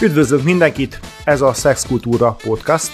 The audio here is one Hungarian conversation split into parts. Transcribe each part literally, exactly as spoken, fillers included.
Üdvözlünk mindenkit, ez a Szexkultúra Podcast,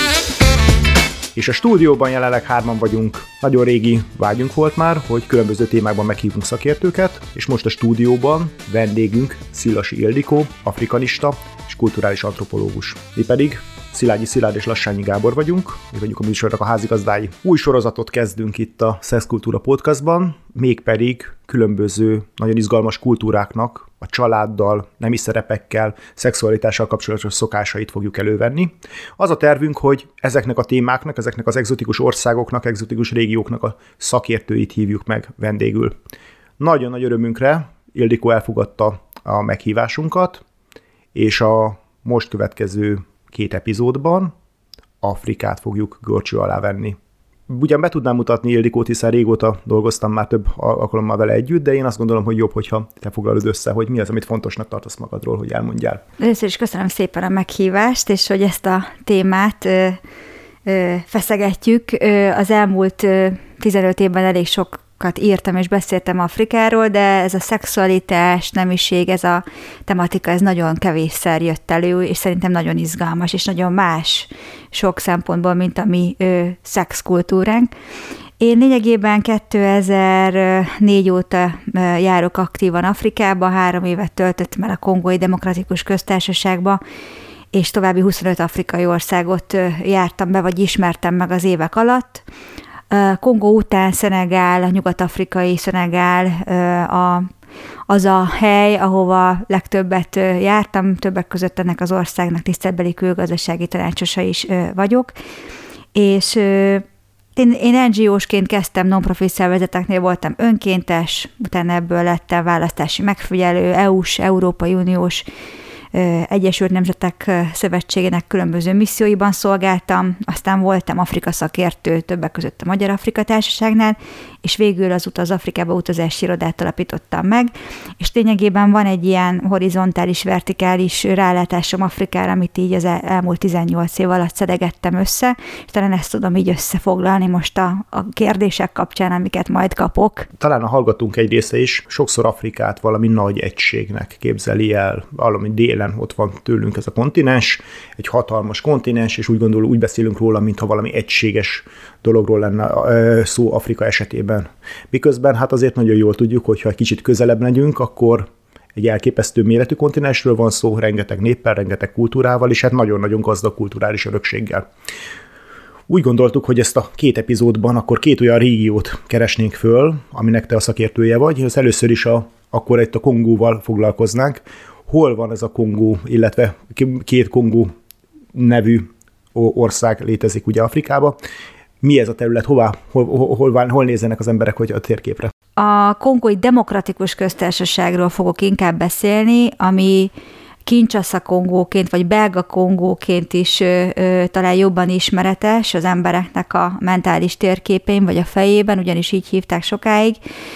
és a stúdióban jelenleg hárman vagyunk. Nagyon régi vágyunk volt már, hogy különböző témákban meghívunk szakértőket, és most a stúdióban vendégünk Szilasi Ildikó, afrikanista és kulturális antropológus. Mi pedig Szilágyi Szilárd és Lassányi Gábor vagyunk, mi vagyunk a műsornak a házigazdái. Új sorozatot kezdünk itt a Szexkultúra Podcastban, mégpedig különböző, nagyon izgalmas kultúráknak, a családdal, nemi szerepekkel, szexualitással kapcsolatos szokásait fogjuk elővenni. Az a tervünk, hogy ezeknek a témáknak, ezeknek az egzotikus országoknak, egzotikus régióknak a szakértőit hívjuk meg vendégül. Nagyon nagy örömünkre Ildikó elfogadta a meghívásunkat, és a most következő két epizódban Afrikát fogjuk górcső alá venni. Ugyan be tudnám mutatni Ildikót, hiszen régóta dolgoztam már több alkalommal vele együtt, de én azt gondolom, hogy jobb, hogyha te foglalod össze, hogy mi az, amit fontosnak tartasz magadról, hogy elmondjál. Először is köszönöm szépen a meghívást, és hogy ezt a témát ö, ö, feszegetjük. Ö, az elmúlt ö, tizenöt évben elég sok írtam és beszéltem Afrikáról, de ez a szexualitás, nemiség, ez a tematika, ez nagyon kevésszer jött elő, és szerintem nagyon izgalmas, és nagyon más sok szempontból, mint a mi ö, szexkultúránk. Én lényegében kétezer-négy óta járok aktívan Afrikába, három évet töltöttem el a Kongói Demokratikus Köztársaságba, és további huszonöt afrikai országot jártam be, vagy ismertem meg az évek alatt. Kongó után Szenegál, a nyugat-afrikai Szenegál a, az a hely, ahova legtöbbet jártam, többek között ennek az országnak tiszteletbeli külgazdasági tanácsosa is vagyok, és én, én en gé ó-sként kezdtem, non-profit szervezeteknél voltam önkéntes, utána ebből lettem választási megfigyelő, é u-s, Európai Uniós, Egyesült Nemzetek Szövetségének különböző misszióiban szolgáltam, aztán voltam Afrika szakértő, többek között a Magyar Afrika Társaságnál, és végül azóta az Afrikába utazási irodát alapítottam meg, és lényegében van egy ilyen horizontális, vertikális rálátásom Afrikára, amit így az elmúlt tizennyolc év alatt szedegettem össze, és talán ezt tudom így összefoglalni most a, a kérdések kapcsán, amiket majd kapok. Talán a hallgatónk egy része is sokszor Afrikát valami nagy egységnek képzeli el, valami délen ott van tőlünk ez a kontinens, egy hatalmas kontinens, és úgy gondolom, úgy beszélünk róla, mintha valami egységes dologról lenne szó Afrika esetében. Miközben hát azért nagyon jól tudjuk, hogy ha egy kicsit közelebb megyünk, akkor egy elképesztő méretű kontinensről van szó, rengeteg néppel, rengeteg kultúrával, és hát nagyon-nagyon gazdag kulturális örökséggel. Úgy gondoltuk, hogy ezt a két epizódban akkor két olyan régiót keresnénk föl, aminek te a szakértője vagy. Az először is a, akkor itt a Kongóval foglalkoznánk. Hol van ez a Kongó, illetve két Kongó nevű ország létezik ugye Afrikában. Mi ez a terület, hová, hol, hol, hol, hol nézzenek az emberek hogy a térképre? A Kongói Demokratikus Köztársaságról fogok inkább beszélni, ami Kinshasa Kongóként, vagy Belga Kongóként is ö, ö, talán jobban ismeretes az embereknek a mentális térképén, vagy a fejében, ugyanis így hívták sokáig.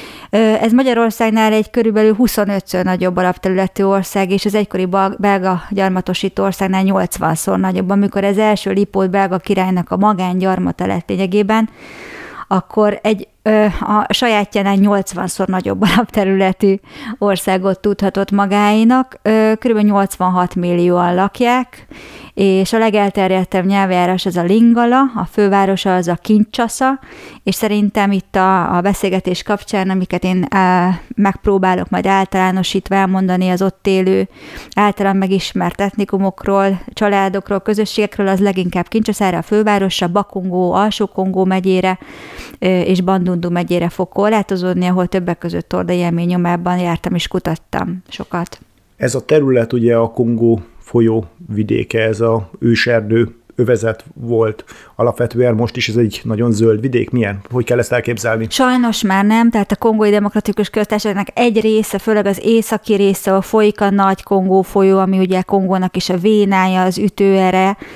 Ez Magyarországnál egy körülbelül huszonötször nagyobb alapterületű ország, és az egykori belga gyarmatosító országnál nyolcvanszor nagyobb. Amikor ez első Lipót belga királynak a magángyarmata lett lényegében, akkor egy a sajátjánál nyolcvanszor nagyobb alapterületű országot tudhatott magáénak. Körülbelül nyolcvanhat millióan lakják, és a legelterjedtebb nyelvjárás az a lingala, a fővárosa az a Kinshasa, és szerintem itt a, a beszélgetés kapcsán, amiket én á, megpróbálok majd általánosítva elmondani az ott élő általán megismert etnikumokról, családokról, közösségekről, az leginkább Kinshasára, a fővárosra, Bakongó, Alsó-Kongó megyére és Bandundu megyére fog korlátozódni, ahol többek között Tordai élmény nyomában jártam és kutattam sokat. Ez a terület ugye a Kongó folyó vidéke, ez a őserdő övezet volt alapvetően, most is ez egy nagyon zöld vidék. Milyen? Hogy kell ezt elképzelni? Sajnos már nem, tehát a Kongói Demokratikus Köztársaságnak egy része, főleg az északi része, ahol folyik a Nagy Kongó folyó, ami ugye Kongónak is a vénája, az ütőere,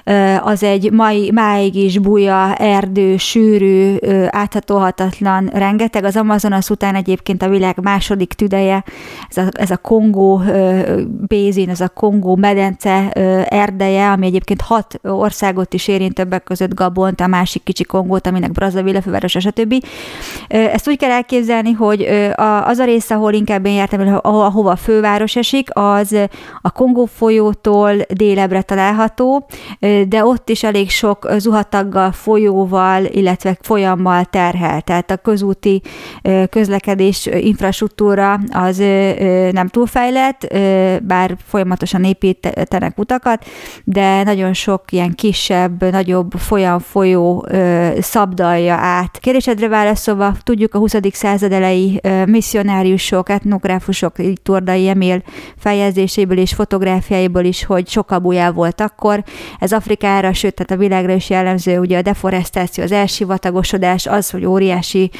az egy mai, máig is buja, erdő, sűrű, áthatóhatatlan, rengeteg. Az Amazonas után egyébként a világ második tüdeje, ez a, ez a Kongó bézin, ez a Kongó medence erdeje, ami egyébként hat országot is érint, többek között Gabont, a másik kicsi Kongót, aminek Brazzaville fővárosa, stb. Ezt úgy kell elképzelni, hogy az a rész, ahol inkább én jártam, ahova a főváros esik, az a Kongó folyótól délebre található, de ott is elég sok zuhataggal, folyóval, illetve folyammal terhel. Tehát a közúti közlekedés infrastruktúra az nem túl fejlett, bár folyamatosan építenek utakat, de nagyon sok ilyen kisebb, nagyobb folyam, folyó szabdalja át. Kérdésedre válaszolva, tudjuk a huszadik század elejé misszionáriusok, etnográfusok, így Tordai Emil feljegyzéséből és fotográfiáiból is, hogy sok abujá volt akkor. Ez Afrikára, sőt, tehát a világra is jellemző, ugye a deforestáció, az elsivatagosodás, az, hogy óriási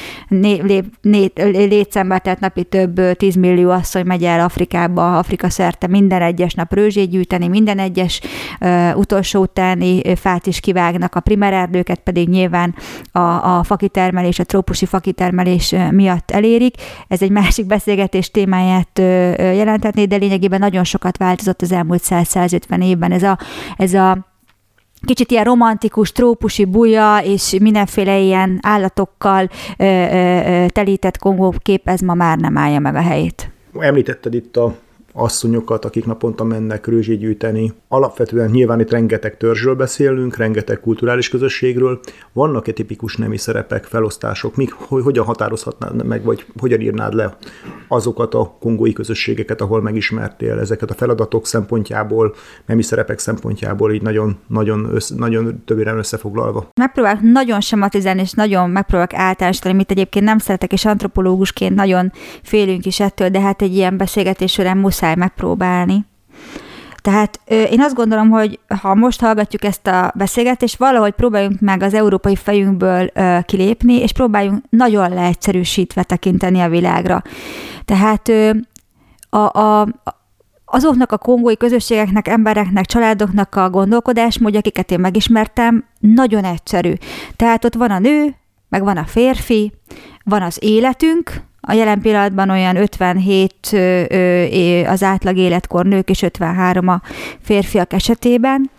létszámban, tehát napi több tízmillió asszony megy el Afrikába, Afrika szerte minden egyes nap rőzsét gyűjteni, minden egyes uh, utolsó utáni fát is kivágnak, a primererdőket pedig nyilván a, a fakitermelés, a trópusi fakitermelés miatt elérik. Ez egy másik beszélgetés témáját uh, jelentetné, de lényegében nagyon sokat változott az elmúlt száz-százötven évben. Ez a, ez a kicsit ilyen romantikus, trópusi buja és mindenféle ilyen állatokkal ö, ö, telített Kongó kép, ez ma már nem állja meg a helyét. Említetted itt a asszonyokat, akik naponta mennek rőzsét gyűjteni. Alapvetően nyilván itt rengeteg törzsről beszélünk, rengeteg kulturális közösségről. Vannak-e tipikus nemi szerepek, felosztások? Mik, hogy, hogyan határozhatnád meg, vagy hogyan írnád le azokat a kongói közösségeket, ahol megismertél ezeket a feladatok szempontjából, nemi szerepek szempontjából, így nagyon, nagyon, össze, nagyon többére összefoglalva? Megpróbálok nagyon sematizálni, és nagyon megpróbálok általánosítani, amit egyébként nem szeretek, és antropológusként nagyon félünk is ettől, de hát egy ilyen beszélgetés során muszáj megpróbálni. Tehát én azt gondolom, hogy ha most hallgatjuk ezt a beszélgetést, valahogy próbáljunk meg az európai fejünkből kilépni, és próbáljunk nagyon leegyszerűsítve tekinteni a világra. Tehát a, a, azoknak a kongói közösségeknek, embereknek, családoknak a gondolkodásmódja, akiket én megismertem, nagyon egyszerű. Tehát ott van a nő, meg van a férfi, van az életünk, a jelen pillanatban olyan ötvenhét az átlag életkor nők, és ötvenhárom a férfiak esetében,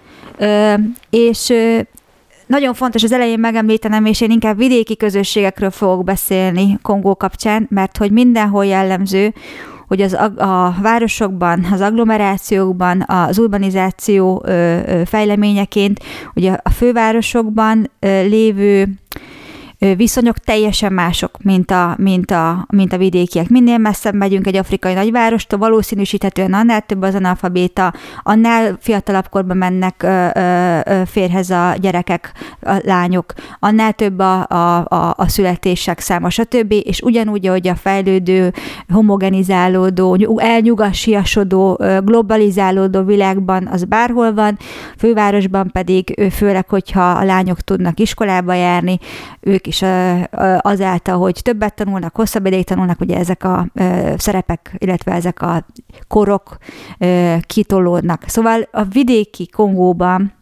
és nagyon fontos az elején megemlítenem, és én inkább vidéki közösségekről fogok beszélni Kongó kapcsán, mert hogy mindenhol jellemző, hogy az, a, a városokban, az agglomerációkban, az urbanizáció fejleményeként, ugye a fővárosokban lévő viszonyok teljesen mások, mint a, mint, a, mint a vidékiek. Minél messzebb megyünk egy afrikai nagyvárostól, valószínűsíthetően annál több az analfabéta, annál fiatalabb korban mennek ö, ö, férhez a gyerekek, a lányok, annál több a, a, a, a születések száma, stb. És ugyanúgy, ahogy a fejlődő, homogenizálódó, elnyugasiasodó, globalizálódó világban az bárhol van, fővárosban pedig főleg, hogyha a lányok tudnak iskolába járni, ők is azáltal, hogy többet tanulnak, hosszabb ideig tanulnak, ugye ezek a szerepek, illetve ezek a korok kitolódnak. Szóval a vidéki Kongóban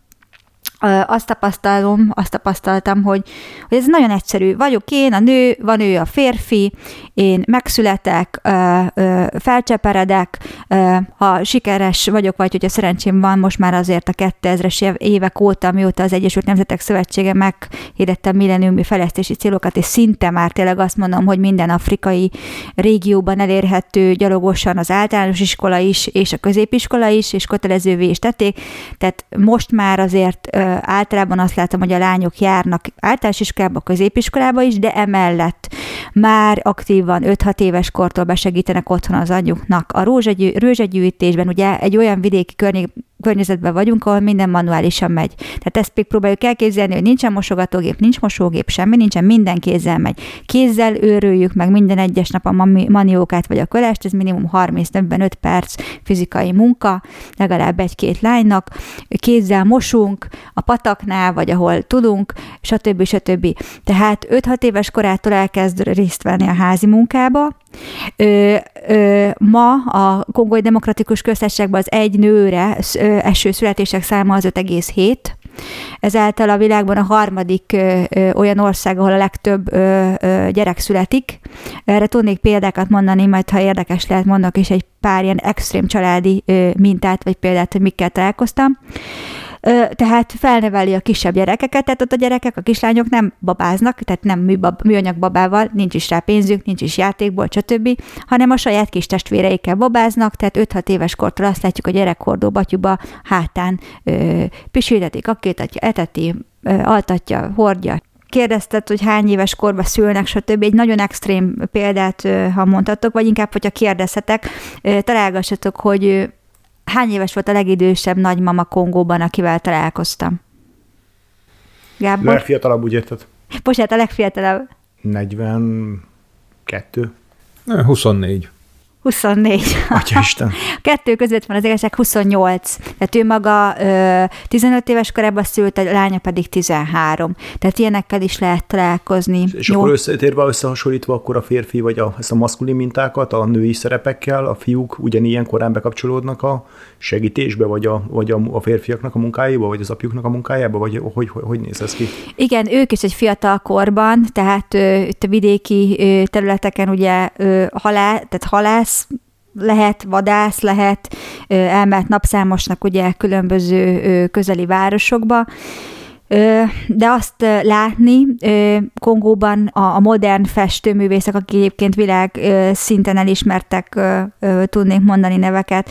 azt tapasztalom, azt tapasztaltam, hogy, hogy ez nagyon egyszerű. Vagyok én, a nő, van ő a férfi, én megszületek, felcseperedek, ha sikeres vagyok, vagy hogyha szerencsém van, most már azért a kétezres évek óta, mióta az Egyesült Nemzetek Szövetsége meghirdette a milleniumi fejlesztési célokat, és szinte már tényleg azt mondom, hogy minden afrikai régióban elérhető gyalogosan az általános iskola is, és a középiskola is, és kötelezővé is tették. Tehát most már azért általában azt látom, hogy a lányok járnak általános iskolába, középiskolába is, de emellett már aktívan öt-hat éves kortól besegítenek otthon az anyjuknak. A rózsagyűjtésben ugye egy olyan vidéki környék, környezetben vagyunk, ahol minden manuálisan megy. Tehát ezt még próbáljuk elképzelni, hogy nincsen mosogatógép, nincs mosógép, semmi nincsen, minden kézzel megy. Kézzel őröljük meg minden egyes nap a maniókát vagy a kölást, ez minimum harminc-negyvenöt perc fizikai munka, legalább egy-két lánynak. Kézzel mosunk a pataknál, vagy ahol tudunk, stb. stb. Tehát öt-hat éves korától elkezd részt venni a házi munkába. Ö, ö, ma a Kongói Demokratikus Köztársaságban az egy nőre ö, eső születések száma az öt egész hét, ezáltal a világban a harmadik ö, ö, olyan ország, ahol a legtöbb ö, ö, gyerek születik. Erre tudnék példákat mondani, majd ha érdekes lehet, mondok is egy pár ilyen extrém családi ö, mintát, vagy példát, hogy mikkel találkoztam. Tehát felneveli a kisebb gyerekeket, tehát ott a gyerekek, a kislányok nem babáznak, tehát nem műbab, műanyag babával, nincs is rá pénzük, nincs is játékból, stb., hanem a saját kis testvéreikkel babáznak, tehát öt-hat éves kortól azt látjuk, a gyerekhordó batyuba hátán ö, pisültetik, akétatja, eteti, ö, altatja, hordja. Kérdezted, hogy hány éves korban szülnek, stb. Egy nagyon extrém példát, ha mondhatok, vagy inkább, hogyha kérdezhetek, találgassatok, hogy hány éves volt a legidősebb nagymama Kongóban, akivel találkoztam? Gábor? Legfiatalabb, úgy érted? Bocsánat, a legfiatalabb. negyvenkettő. huszonnégy. huszonnégy. Atyaisten. Kettő között van az igazság, huszonnyolc. Tehát ő maga ö, tizenöt éves korában szült, a lánya pedig tizenhárom. Tehát ilyenekkel is lehet találkozni. És Jó. akkor összetérve, összehasonlítva akkor a férfi vagy a, ezt a maszkulin mintákat a női szerepekkel, a fiúk ugyanilyen korán bekapcsolódnak a segítésbe, vagy a, vagy a, a férfiaknak a munkájába, vagy az apjuknak a munkájába, vagy hogy, hogy, hogy néz ez ki? Igen, ők is egy fiatal korban, tehát ö, itt a vidéki ö, területeken ugye ö, halál, tehát halász lehet, vadász lehet, ö, elmehet napszámosnak ugye különböző ö, közeli városokba, ö, de azt ö, látni ö, Kongóban a, a modern festőművészek, akik egyébként világ ö, szinten elismertek, ö, ö, tudnék mondani neveket,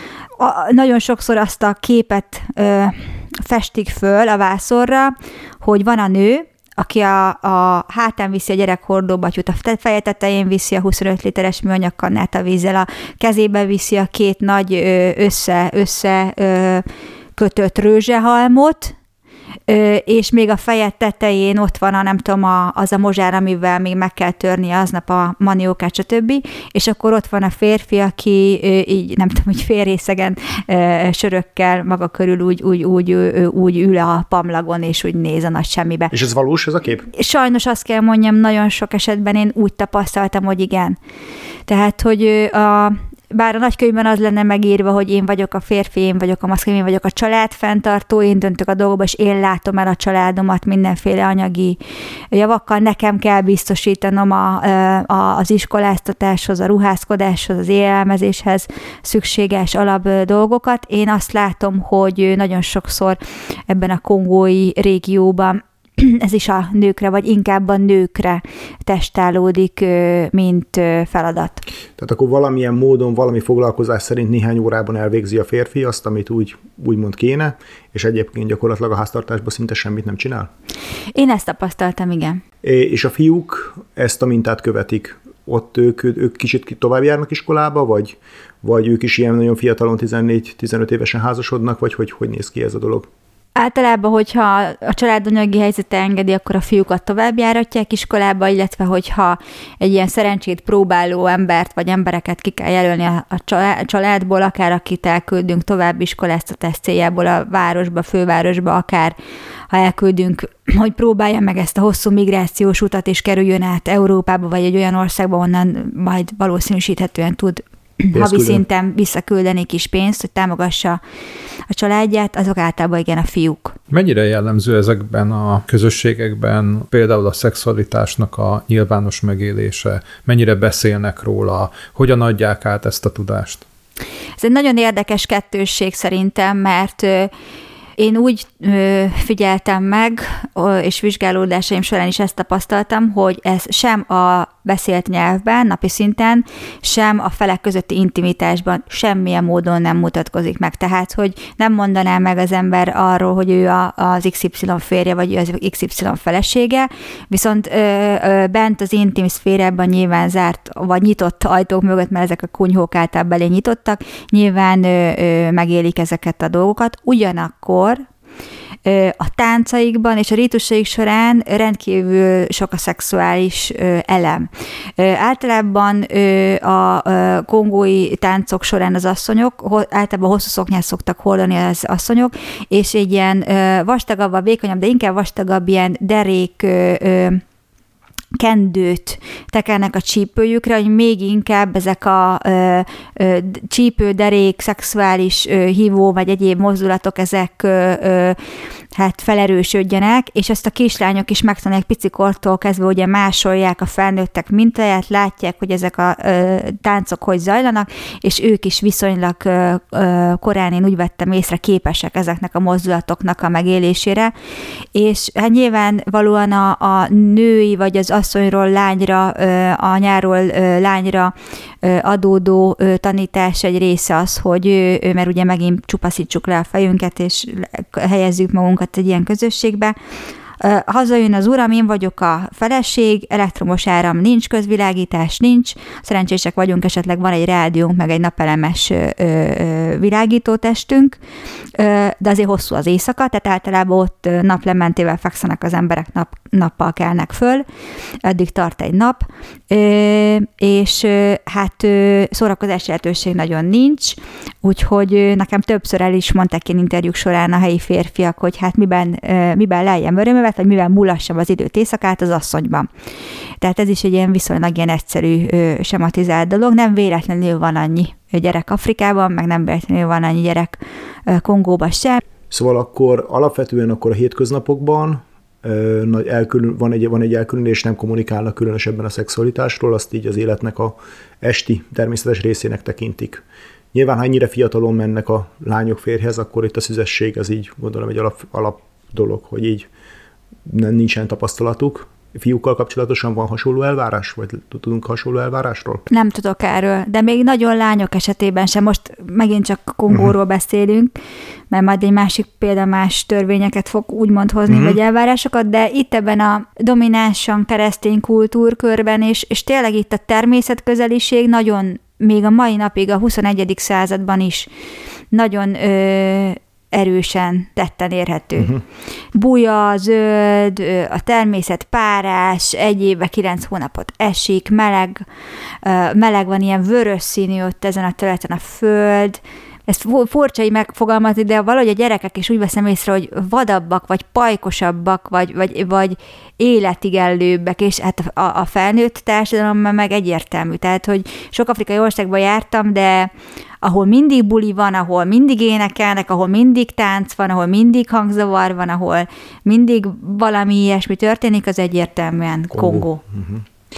A, nagyon sokszor azt a képet ö, festik föl a vászorra, hogy van a nő, aki a, a hátán viszi a gyerekhordóbatyút, a feje tetején viszi a huszonöt literes műanyagkannát a vízzel, a kezébe viszi a két nagy ö, össze, össze ö, kötött rőzsehalmot, Ö, és még a feje tetején ott van a, nem tudom, a, az a mozsár, amivel még meg kell törnie aznap a maniókát, stb. És akkor ott van a férfi, aki ö, így, nem tudom, hogy félrészegen ö, sörökkel maga körül úgy, úgy, úgy, ö, úgy ül a pamlagon, és úgy néz a nagy semmibe. És ez valós, ez a kép? Sajnos azt kell mondjam, nagyon sok esetben én úgy tapasztaltam, hogy igen. Tehát, hogy a bár a nagykönyvben az lenne megírva, hogy én vagyok a férfi, én vagyok a maszkulin, én vagyok a családfenntartó, én döntök a dolgokba, és én látom el a családomat mindenféle anyagi javakkal. Nekem kell biztosítanom a, a, az iskoláztatáshoz, a ruházkodáshoz, az élelmezéshez szükséges alap dolgokat. Én azt látom, hogy nagyon sokszor ebben a kongói régióban ez is a nőkre, vagy inkább a nőkre testálódik, mint feladat. Tehát akkor valamilyen módon, valami foglalkozás szerint néhány órában elvégzi a férfi azt, amit úgy, úgymond kéne, és egyébként gyakorlatilag a háztartásban szinte semmit nem csinál? Én ezt tapasztaltam, igen. És a fiúk ezt a mintát követik? Ott ők, ők kicsit tovább járnak iskolába, vagy, vagy ők is ilyen nagyon fiatalon, tizennégy-tizenöt évesen házasodnak, vagy hogy, hogy néz ki ez a dolog? Általában, hogyha a családanyagi helyzete engedi, akkor a fiúkat tovább járatják iskolába, illetve hogyha egy ilyen szerencsét próbáló embert vagy embereket ki kell jelölni a családból, akár akit elküldünk tovább iskoláztatás céljából a városba, fővárosba, akár ha elküldünk, hogy próbálja meg ezt a hosszú migrációs utat, és kerüljön át Európába, vagy egy olyan országba, onnan majd valószínűsíthetően tud havi szinten visszaküldeni kis pénzt, hogy támogassa a családját, azok általában igen a fiúk. Mennyire jellemző ezekben a közösségekben például a szexualitásnak a nyilvános megélése? Mennyire beszélnek róla? Hogyan adják át ezt a tudást? Ez egy nagyon érdekes kettősség szerintem, mert én úgy ö, figyeltem meg, ö, és vizsgálódásaim során is ezt tapasztaltam, hogy ez sem a beszélt nyelvben, napi szinten, sem a felek közötti intimitásban semmilyen módon nem mutatkozik meg. Tehát, hogy nem mondaná meg az ember arról, hogy ő a, az iksz ipszilon férje, vagy ő az iksz ipszilon felesége, viszont ö, ö, bent az intim szférában nyilván zárt, vagy nyitott ajtók mögött, mert ezek a kunyhók általában belé nyitottak, nyilván ö, ö, megélik ezeket a dolgokat. Ugyanakkor a táncaikban és a rítusaik során rendkívül sok a szexuális elem. Általában a kongói táncok során az asszonyok, általában hosszú szoknyát szoktak hordani az asszonyok, és egy ilyen vastagabb, vékonyabb, de inkább vastagabb ilyen derék kendőt tekernek a csípőjükre, hogy még inkább ezek a ö, ö, csípőderék, szexuális ö, hívó vagy egyéb mozdulatok, ezek ö, ö, hát felerősödjenek, és ezt a kislányok is megtanulják picikortól kezdve, ugye másolják a felnőttek mintáját, látják, hogy ezek a ö, táncok hogy zajlanak, és ők is viszonylag ö, ö, korán, én úgy vettem észre, képesek ezeknek a mozdulatoknak a megélésére, és hát nyilvánvalóan a, a női, vagy az asszonyról lányra, anyáról lányra adódó tanítás egy része az, hogy mert ugye megint csupaszítsuk le a fejünket, és helyezzük magunkat egy ilyen közösségbe. Hazajön az uram, én vagyok a feleség, elektromos áram nincs, közvilágítás nincs, szerencsések vagyunk, esetleg van egy rádiónk, meg egy napelemes világítótestünk, de azért hosszú az éjszaka, tehát általában ott naplementével fekszenek az emberek, nap, nappal kelnek föl, addig tart egy nap, és hát szórakozási lehetőség nagyon nincs, úgyhogy nekem többször el is mondták én interjúk során a helyi férfiak, hogy hát miben, miben leljem örömövet, vagy mivel mulassam az időt éjszakát az asszonyban. Tehát ez is egy ilyen viszonylag ilyen egyszerű, sematizált dolog. Nem véletlenül van annyi gyerek Afrikában, meg nem véletlenül van annyi gyerek Kongóban sem. Szóval akkor alapvetően akkor a hétköznapokban nagy elkülön, van, egy, van egy elkülönülés, nem kommunikálnak különösebben a szexualitásról, azt így az életnek a esti természetes részének tekintik. Nyilván, ha ennyire fiatalon mennek a lányok férjhez, akkor itt a szüzesség az így gondolom egy alap, alap dolog, hogy így nem, nincsen tapasztalatuk. Fiúkkal kapcsolatosan van hasonló elvárás? Vagy tudunk hasonló elvárásról? Nem tudok erről, de még nagyon lányok esetében sem. Most megint csak Kongóról uh-huh. beszélünk, mert majd egy másik példa más törvényeket fog úgymond hozni, uh-huh. vagy elvárásokat, de itt ebben a dominánsan keresztény kultúrkörben, és, és tényleg itt a természetközeliség nagyon, még a mai napig, a huszonegyedik században is nagyon ö, erősen tetten érhető. Uh-huh. Buja, zöld, a természet párás, egy évben kilenc hónapot esik, meleg, meleg van, ilyen vörös színű ott ezen a területen a föld. Ezt furcsa így megfogalmazni, de valahogy a gyerekek is úgy veszem észre, hogy vadabbak, vagy pajkosabbak, vagy, vagy, vagy életigellőbbek, és hát a, a felnőtt társadalom meg egyértelmű. Tehát, hogy sok afrikai országban jártam, de ahol mindig buli van, ahol mindig énekelnek, ahol mindig tánc van, ahol mindig hangzavar van, ahol mindig valami ilyesmi történik, az egyértelműen Kongó. Kongó. Uh-huh.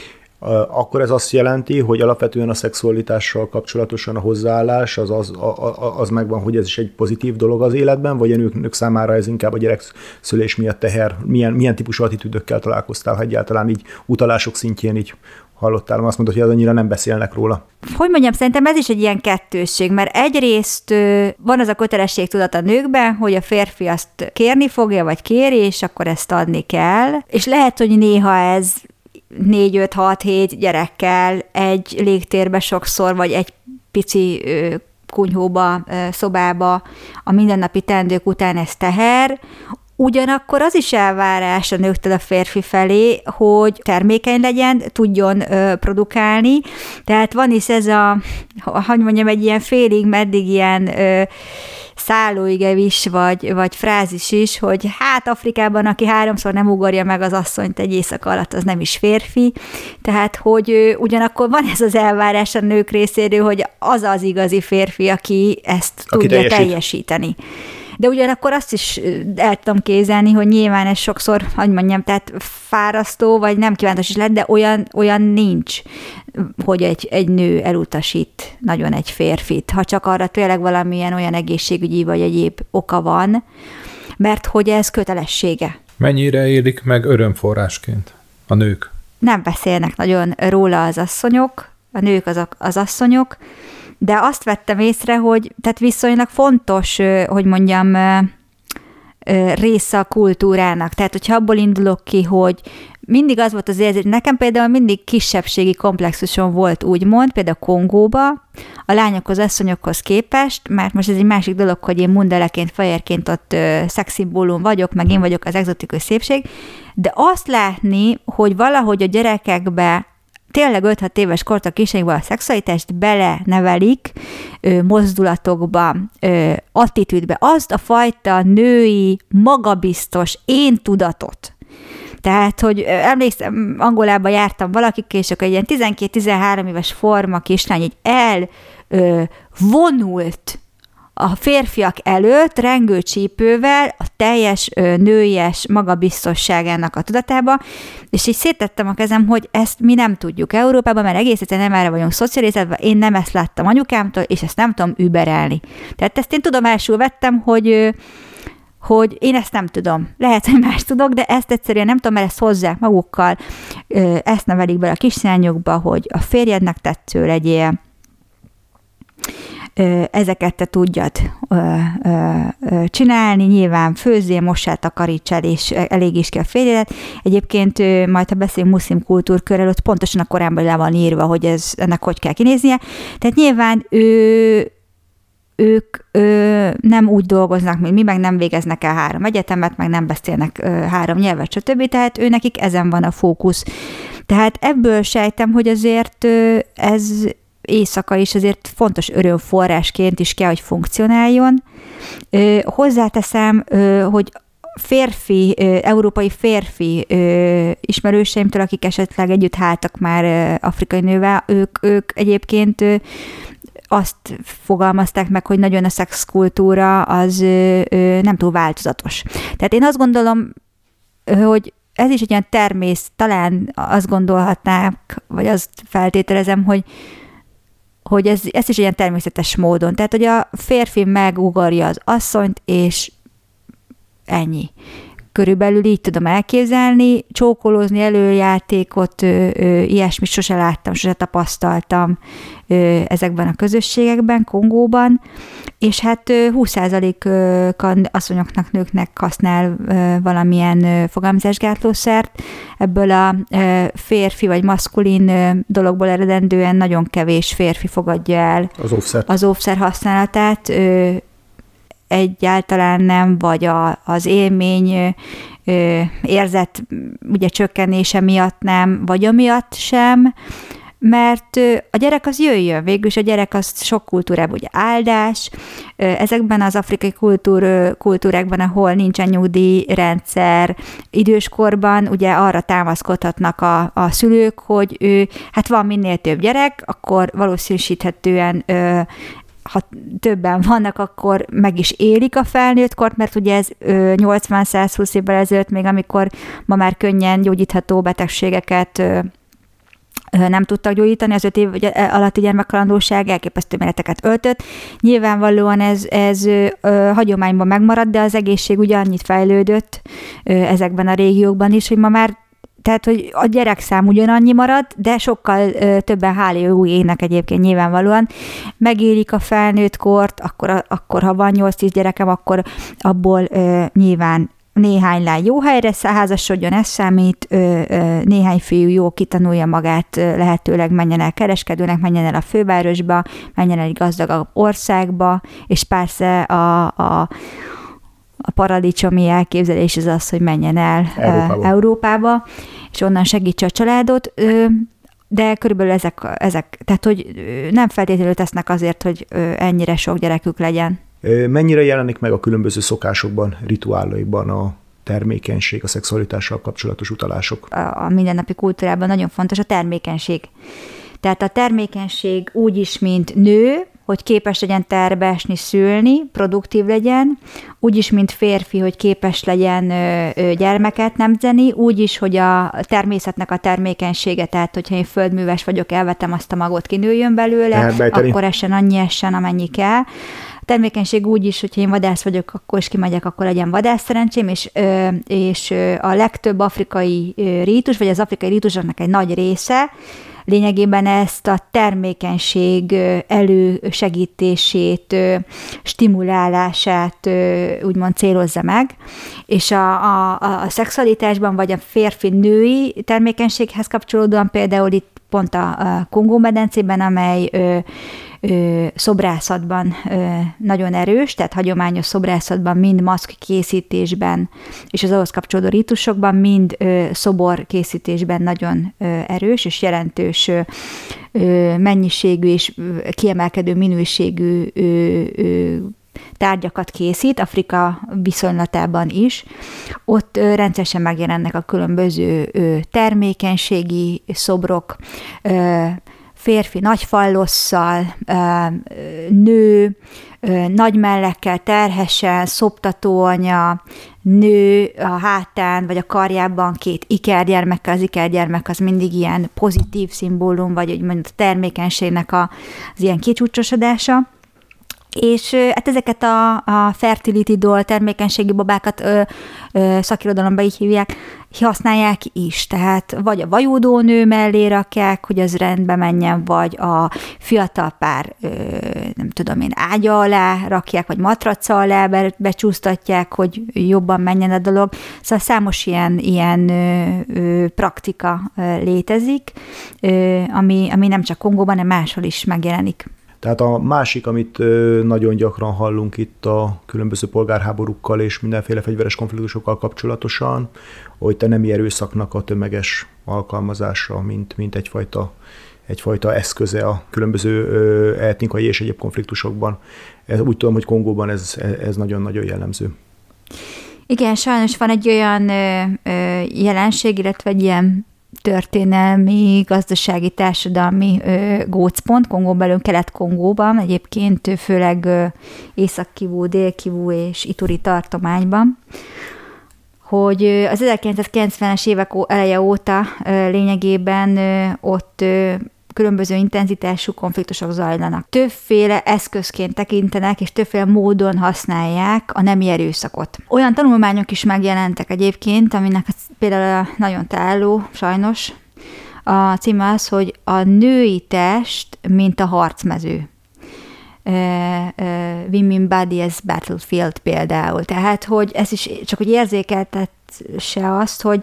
Akkor ez azt jelenti, hogy alapvetően a szexualitással kapcsolatosan a hozzáállás az, az, az megvan, hogy ez is egy pozitív dolog az életben, vagy a nők, nők számára ez inkább a gyerekszülés miatt teher? Milyen, milyen típusú attitűdökkel találkoztál, ha egyáltalán így utalások szintjén így hallottál? Azt mondod, hogy az annyira nem beszélnek róla. Hogy mondjam, szerintem ez is egy ilyen kettősség, mert egyrészt van az a kötelességtudat a nőkben, hogy a férfi azt kérni fogja, vagy kéri, és akkor ezt adni kell. És lehet, hogy néha ez négy, öt, hat, hét gyerekkel egy légtérbe sokszor, vagy egy pici ö, kunyhóba, ö, szobába a mindennapi teendők után ez teher. Ugyanakkor az is elvárás a nőktől a férfi felé, hogy termékeny legyen, tudjon ö, produkálni. Tehát van is ez a, hogy mondjam, egy ilyen félig meddig ilyen ö, szállóigev is, vagy, vagy frázis is, hogy hát Afrikában, aki háromszor nem ugorja meg az asszonyt egy éjszaka alatt, az nem is férfi. Tehát, hogy ö, ugyanakkor van ez az elvárás a nők részéről, hogy az az igazi férfi, aki ezt aki tudja teljesít. teljesíteni. De ugyanakkor azt is el tudom kézelni, hogy nyilván ez sokszor, hogy mondjam, tehát fárasztó, vagy nem kívánatos is lett, de olyan, olyan nincs, hogy egy, egy nő elutasít nagyon egy férfit, ha csak arra tényleg valamilyen olyan egészségügyi vagy egyéb oka van, mert hogy ez kötelessége. Mennyire élik meg örömforrásként a nők? Nem beszélnek nagyon róla az asszonyok, a nők az, az asszonyok, de azt vettem észre, hogy tehát viszonylag fontos, hogy mondjam, része a kultúrának. Tehát, hogyha abból indulok ki, hogy mindig az volt az érzés, nekem például mindig kisebbségi komplexusom volt, úgymond, például Kongóba, a lányokhoz, asszonyokhoz képest, mert most ez egy másik dolog, hogy én mundeleként, fehérként ott ö, szexszimbólum vagyok, meg én vagyok az egzotikus szépség, de azt látni, hogy valahogy a gyerekekbe tényleg öt-hat éves kortól kiseinkben a szexualitást belenevelik ö, mozdulatokba, ö, attitűdbe, azt a fajta női, magabiztos én tudatot. Tehát, hogy emlékszem, Angolába jártam valakikkel, és akkor egy ilyen tizenkét-tizenhárom éves forma kislány így elvonult a férfiak előtt rengő csípővel a teljes ö, nőies magabiztosságának a tudatába, és így szétettem a kezem, hogy ezt mi nem tudjuk Európában, mert egész egyszerűen nem erre vagyunk szocializálva, én nem ezt láttam anyukámtól, és ezt nem tudom überelni. Tehát ezt én tudomásul vettem, hogy ö, hogy én ezt nem tudom. Lehet, hogy más tudok, de ezt egyszerűen nem tudom, mert ezt hozzák magukkal, ö, ezt nevelik bele a kislányokba, hogy a férjednek tetsző legyél, ezeket te tudjad ö, ö, ö, csinálni, nyilván főzzél, mossál, takarítsál, és elég is kell férjedet. Egyébként ö, majd, ha beszélünk muszlim kultúrkörrel, ott pontosan a Koránban le van írva, hogy ez, ennek hogy kell kinéznie. Tehát nyilván ő, ők ö, nem úgy dolgoznak, mint mi, meg nem végeznek el három egyetemet, meg nem beszélnek ö, három nyelvet, stb. Tehát ő nekik ezen van a fókusz. Tehát ebből sejtem, hogy azért ö, ez éjszaka is azért fontos örömforrásként is kell, hogy funkcionáljon. Ö, hozzáteszem, ö, hogy férfi, ö, európai férfi ö, ismerőseimtől, akik esetleg együtt háltak már ö, afrikai nővel, ők, ők egyébként ö, azt fogalmazták meg, hogy nagyon a szexkultúra az ö, ö, nem túl változatos. Tehát én azt gondolom, hogy ez is egy olyan természet, talán azt gondolhatnák, vagy azt feltételezem, hogy hogy ez, ez is ilyen természetes módon. Tehát, hogy a férfi megugorja az asszonyt, és ennyi. Körülbelül így tudom elképzelni, csókolózni, előjátékot, ö, ö, ilyesmit sose láttam, sose tapasztaltam ö, ezekben a közösségekben, Kongóban, és hát ö, húsz százaléka asszonyoknak, nőknek használ ö, valamilyen ö, fogamzásgátlószert. Ebből a ö, férfi vagy maszkulin ö, dologból eredendően nagyon kevés férfi fogadja el az óvszer, az óvszer használatát, ö, egyáltalán nem, vagy a, az élmény ö, érzet ugye csökkenése miatt nem, vagy amiatt sem, mert ö, a gyerek az jöjjön, végülis a gyerek az sok kultúrában ugye áldás, ö, ezekben az afrikai kultúr, kultúrákban, ahol nincsen nyugdíjrendszer, időskorban ugye arra támaszkodhatnak a, a szülők, hogy ő, hát van minél több gyerek, akkor valószínűsíthetően ö, ha többen vannak, akkor meg is élik a felnőttkort, mert ugye ez nyolcvan-százhúsz évvel ezelőtt, még amikor ma már könnyen gyógyítható betegségeket nem tudtak gyógyítani, az öt év alatti gyermekhalandóság elképesztő méreteket öltött. Nyilvánvalóan ez, ez ö, hagyományban megmaradt, de az egészség ugye annyit fejlődött ö, ezekben a régiókban is, hogy ma már tehát, hogy a gyerekszám ugyanannyi marad, de sokkal ö, többen hála jó ének egyébként nyilvánvalóan. Megélik a felnőttkort, akkor, akkor ha van nyolc-tíz gyerekem, akkor abból ö, nyilván néhány lány jó helyre házasodjon, ez számít, ö, ö, néhány fiú jó kitanulja magát, ö, lehetőleg menjen el kereskedőnek, menjen el a fővárosba, menjen el egy gazdagabb országba, és persze a, a A paradicsomi elképzelés az az, hogy menjen el Európába, Európába és onnan segítse a családot, de körülbelül ezek, ezek, tehát hogy nem feltétlenül tesznek azért, hogy ennyire sok gyerekük legyen. Mennyire jelenik meg a különböző szokásokban, rituálaikban a termékenység, a szexualitással kapcsolatos utalások? A, a mindennapi kultúrában nagyon fontos a termékenység. Tehát a termékenység úgy is, mint nő, hogy képes legyen terbe esni, szülni, produktív legyen, úgyis, mint férfi, hogy képes legyen ö, ö, gyermeket nemzeni, úgyis, hogy a természetnek a termékenysége, tehát hogyha én földműves vagyok, elvetem azt a magot, kinőjön belőle, akkor essen annyi essen, amennyi kell. A termékenység úgyis, hogyha én vadász vagyok, akkor is kimegyek, akkor legyen vadász szerencsém, és, ö, és ö, a legtöbb afrikai ö, rítus, vagy az afrikai rítusoknak egy nagy része, lényegében ezt a termékenység elősegítését, stimulálását úgymond célozza meg, és a, a, a szexualitásban, vagy a férfi-női termékenységhez kapcsolódóan például itt pont a Kongó-medencében, amely ö, ö, szobrászatban ö, nagyon erős, tehát hagyományos szobrászatban, mind maszk készítésben, és az ahhoz kapcsolódó rítusokban, mind ö, szobor készítésben nagyon ö, erős, és jelentős ö, ö, mennyiségű és kiemelkedő minőségű ö, ö, tárgyakat készít, Afrika viszonylatában is, ott rendszeresen megjelennek a különböző termékenységi szobrok, férfi nagy fallosszal, nő, nagy mellekkel terhesen, szoptatóanya, nő a hátán vagy a karjában két ikergyermekkel, az ikergyermek az mindig ilyen pozitív szimbólum, vagy úgymond a termékenységnek a, az ilyen kicsúcsosodása. És hát ezeket a, a fertility doll, termékenységi babákat ö, ö, szakirodalomban így hívják, használják is. Tehát vagy a vajódó nő mellé rakják, hogy az rendbe menjen, vagy a fiatal pár, ö, nem tudom én, ágya alá rakják, vagy matraca alá be, becsúsztatják, hogy jobban menjen a dolog. Szóval számos ilyen, ilyen ö, ö, praktika ö, létezik, ö, ami, ami nem csak Kongóban, hanem máshol is megjelenik. Tehát a másik, amit nagyon gyakran hallunk itt a különböző polgárháborúkkal és mindenféle fegyveres konfliktusokkal kapcsolatosan, hogy te nemi erőszaknak a tömeges alkalmazása, mint, mint egyfajta, egyfajta eszköze a különböző etnikai és egyéb konfliktusokban. Úgy tudom, hogy Kongóban ez, ez nagyon-nagyon jellemző. Igen, sajnos van egy olyan ö, ö, jelenség, illetve egy ilyen történelmi, gazdasági, társadalmi ö, gócpont, Kongón belül, Kelet-Kongóban, egyébként főleg ö, Észak-Kivu, Dél-Kivu és Ituri tartományban, hogy ö, az ezerkilencszázkilencvenes évek eleje óta ö, lényegében ö, ott ö, különböző intenzitású konfliktusok zajlanak. Többféle eszközként tekintenek, és többféle módon használják a nemi erőszakot. Olyan tanulmányok is megjelentek egyébként, aminek például nagyon találó, sajnos, a címe az, hogy a női test, mint a harcmező. Uh, uh, Women Body as Battlefield például. Tehát, hogy ez is csak hogy érzékeltesse azt, hogy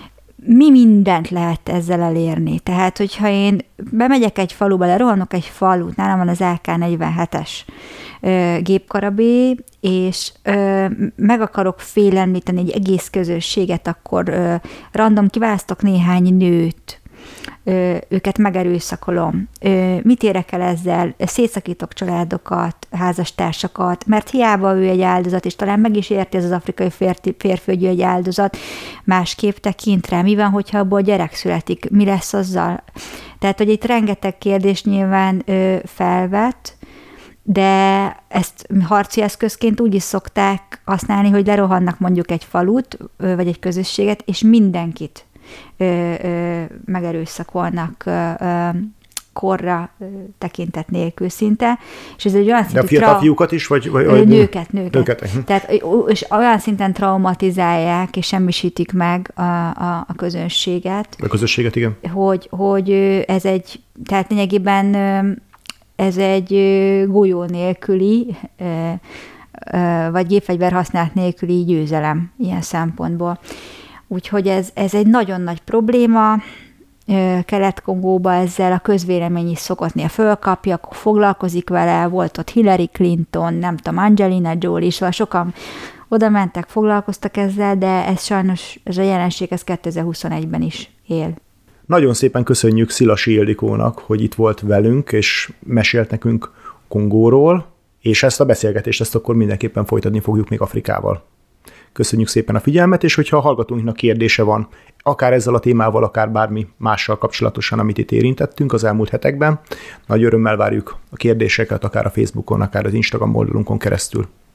mi mindent lehet ezzel elérni. Tehát, hogyha én bemegyek egy faluba, lerohanok egy falut, nálam van az á ká negyvenhetes ö, gépkarabé, és ö, meg akarok félemlíteni egy egész közösséget, akkor ö, random kiválasztok néhány nőt, ö, őket megerőszakolom. Ö, mit érek el ezzel? Szétszakítok családokat, házastársakat, mert hiába ő egy áldozat, és talán meg is érti ez az afrikai férfi, férfi, hogy ő egy áldozat, másképp tekint rá. Mi van, hogyha abból gyerek születik? Mi lesz azzal? Tehát, hogy itt rengeteg kérdés nyilván ö, felvet, de ezt harci eszközként úgy is szokták használni, hogy lerohannak mondjuk egy falut, ö, vagy egy közösséget, és mindenkit ö, ö, megerőszakolnak ö, ö, korra ö, tekintet nélkül szinte. És ez egy olyan de a fiatal tra- fiúkat is? Vagy, vagy, vagy nőket, nőket. nőket. Tehát, és olyan szinten traumatizálják, és semmisítik meg a, a, a közönséget. A közösséget, igen. Hogy, hogy ez egy, tehát lényegében ez egy golyó nélküli, vagy gépfegyver használat nélküli győzelem ilyen szempontból. Úgyhogy ez, ez egy nagyon nagy probléma. Kelet-Kongóba ezzel a közvélemény is szokott néha fölkapja, akkor foglalkozik vele, volt ott Hillary Clinton, nem tudom, Angelina Jolie is, szóval sokan oda mentek, foglalkoztak ezzel, de ez sajnos, ez a jelenség ez kétezer-huszonegyben is él. Nagyon szépen köszönjük Szilasi Ildikónak, hogy itt volt velünk, és mesélt nekünk Kongóról, és ezt a beszélgetést ezt akkor mindenképpen folytatni fogjuk még Afrikával. Köszönjük szépen a figyelmet, és hogyha a hallgatóinknak kérdése van, akár ezzel a témával, akár bármi mással kapcsolatosan, amit itt érintettünk az elmúlt hetekben, nagy örömmel várjuk a kérdéseket, akár a Facebookon, akár az Instagram oldalunkon keresztül.